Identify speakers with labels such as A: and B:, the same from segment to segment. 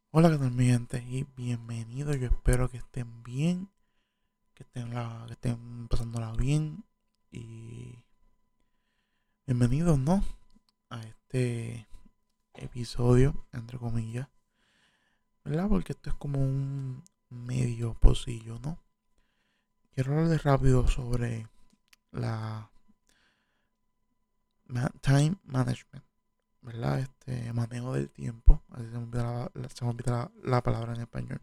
A: Hola, ¿qué tal mi gente? Y bienvenidos. Yo espero que estén bien, que estén pasándola bien. Y bienvenidos, ¿no? A este episodio, entre comillas, ¿verdad? Porque esto es como un medio pocillo, ¿no? Quiero hablarles rápido sobre la time management, ¿verdad? Este manejo del tiempo. Así se me olvida la palabra en español.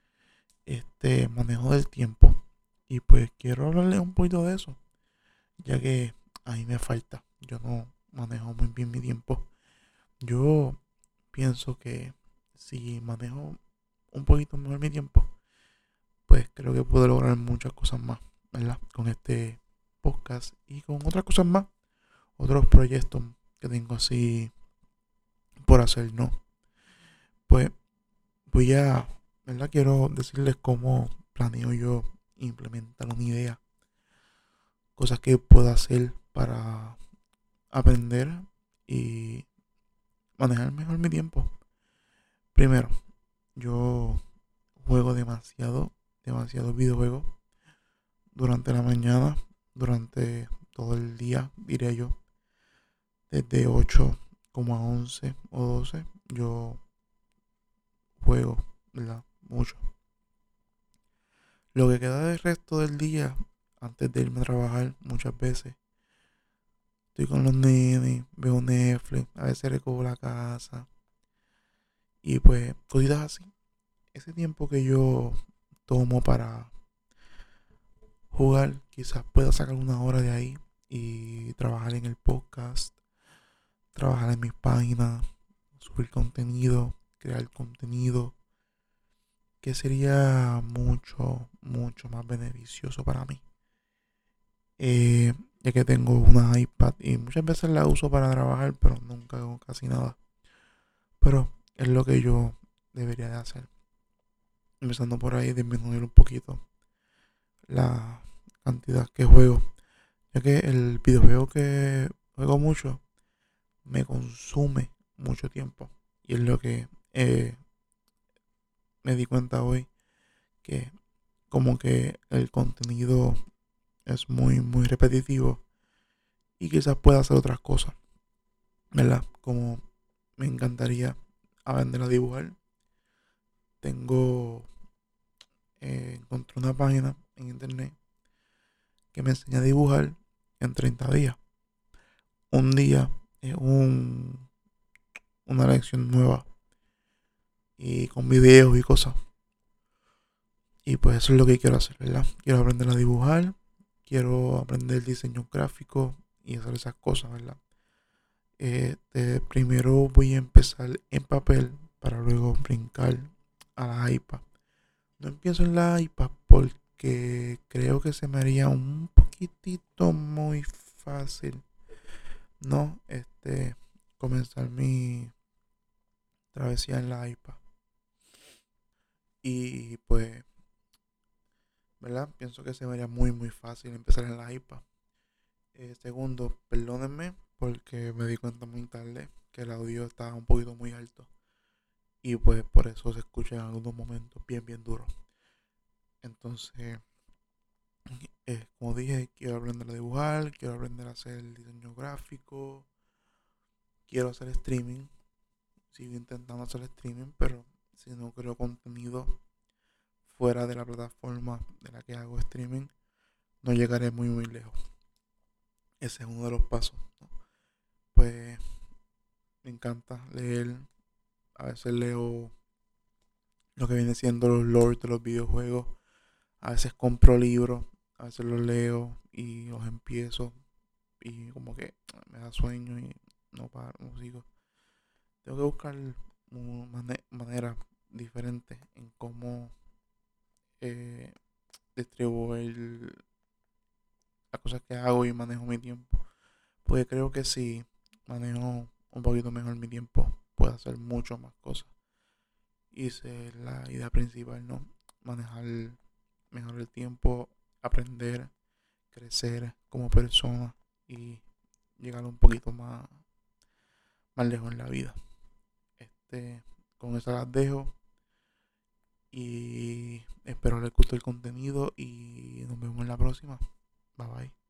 A: Este manejo del tiempo. Y pues quiero hablarles un poquito de eso, ya que a mí me falta. Yo no manejo muy bien mi tiempo. Yo pienso que si manejo un poquito mejor mi tiempo, pues creo que puedo lograr muchas cosas más, ¿verdad? Con este podcast y con otras cosas más, otros proyectos que tengo así por hacer, ¿no? Pues voy a, ¿verdad? Quiero decirles cómo planeo yo implementar una idea, cosas que puedo hacer para aprender y manejar mejor mi tiempo. Primero, yo juego demasiado videojuegos durante la mañana, durante todo el día, diría yo, desde 8 como a 11 o 12, yo juego, ¿verdad? Mucho. Lo que queda del resto del día, antes de irme a trabajar, muchas veces, estoy con los nenes, veo Netflix, a veces recojo la casa y pues cositas así. Ese tiempo que yo tomo para jugar, quizás pueda sacar una hora de ahí y trabajar en el podcast, trabajar en mis páginas, subir contenido, crear contenido, que sería mucho más beneficioso para mí. Eh, ya que tengo una iPad y muchas veces la uso para trabajar, pero nunca hago casi nada. Pero es lo que yo debería de hacer. Empezando por ahí, disminuir un poquito la cantidad que juego, ya que el videojuego que juego mucho me consume mucho tiempo. Y es lo que me di cuenta hoy, que como que el contenido es muy repetitivo y quizás pueda hacer otras cosas, ¿verdad? Como me encantaría aprender a dibujar. Tengo, encontré una página en internet que me enseña a dibujar en 30 días. Un día es una lección nueva y con videos y cosas. Y pues eso es lo que quiero hacer, ¿verdad? Quiero aprender a dibujar, quiero aprender diseño gráfico y hacer esas cosas, ¿verdad? Primero voy a empezar en papel para luego brincar a la iPad. No empiezo en la iPad porque creo que se me haría un poquitito muy fácil, ¿no? Comenzar mi travesía en la iPad. Y pues, ¿verdad? Pienso que se me haría muy fácil empezar en la iPad. Segundo, perdónenme porque me di cuenta muy tarde que el audio estaba un poquito muy alto y pues por eso se escucha en algunos momentos bien duro. Entonces, como dije, quiero aprender a dibujar, quiero aprender a hacer diseño gráfico, quiero hacer streaming, sigo intentando hacer streaming, pero si no creo contenido fuera de la plataforma de la que hago streaming, no llegaré muy lejos. Ese es uno de los pasos, ¿no? Pues me encanta leer, a veces leo lo que viene siendo los lores de los videojuegos. A veces compro libros, a veces los leo y los empiezo y como que me da sueño y no paro, no sigo. Tengo que buscar maneras diferentes en cómo eh, distribuir las cosas que hago y manejo mi tiempo. Porque creo que si manejo un poquito mejor mi tiempo, puedo hacer mucho más cosas. Y esa es la idea principal, ¿no? Manejar mejor el tiempo, aprender, crecer como persona y llegar un poquito más lejos en la vida. Este, con eso las dejo. Y espero les gustó el contenido y nos vemos en la próxima. Bye bye.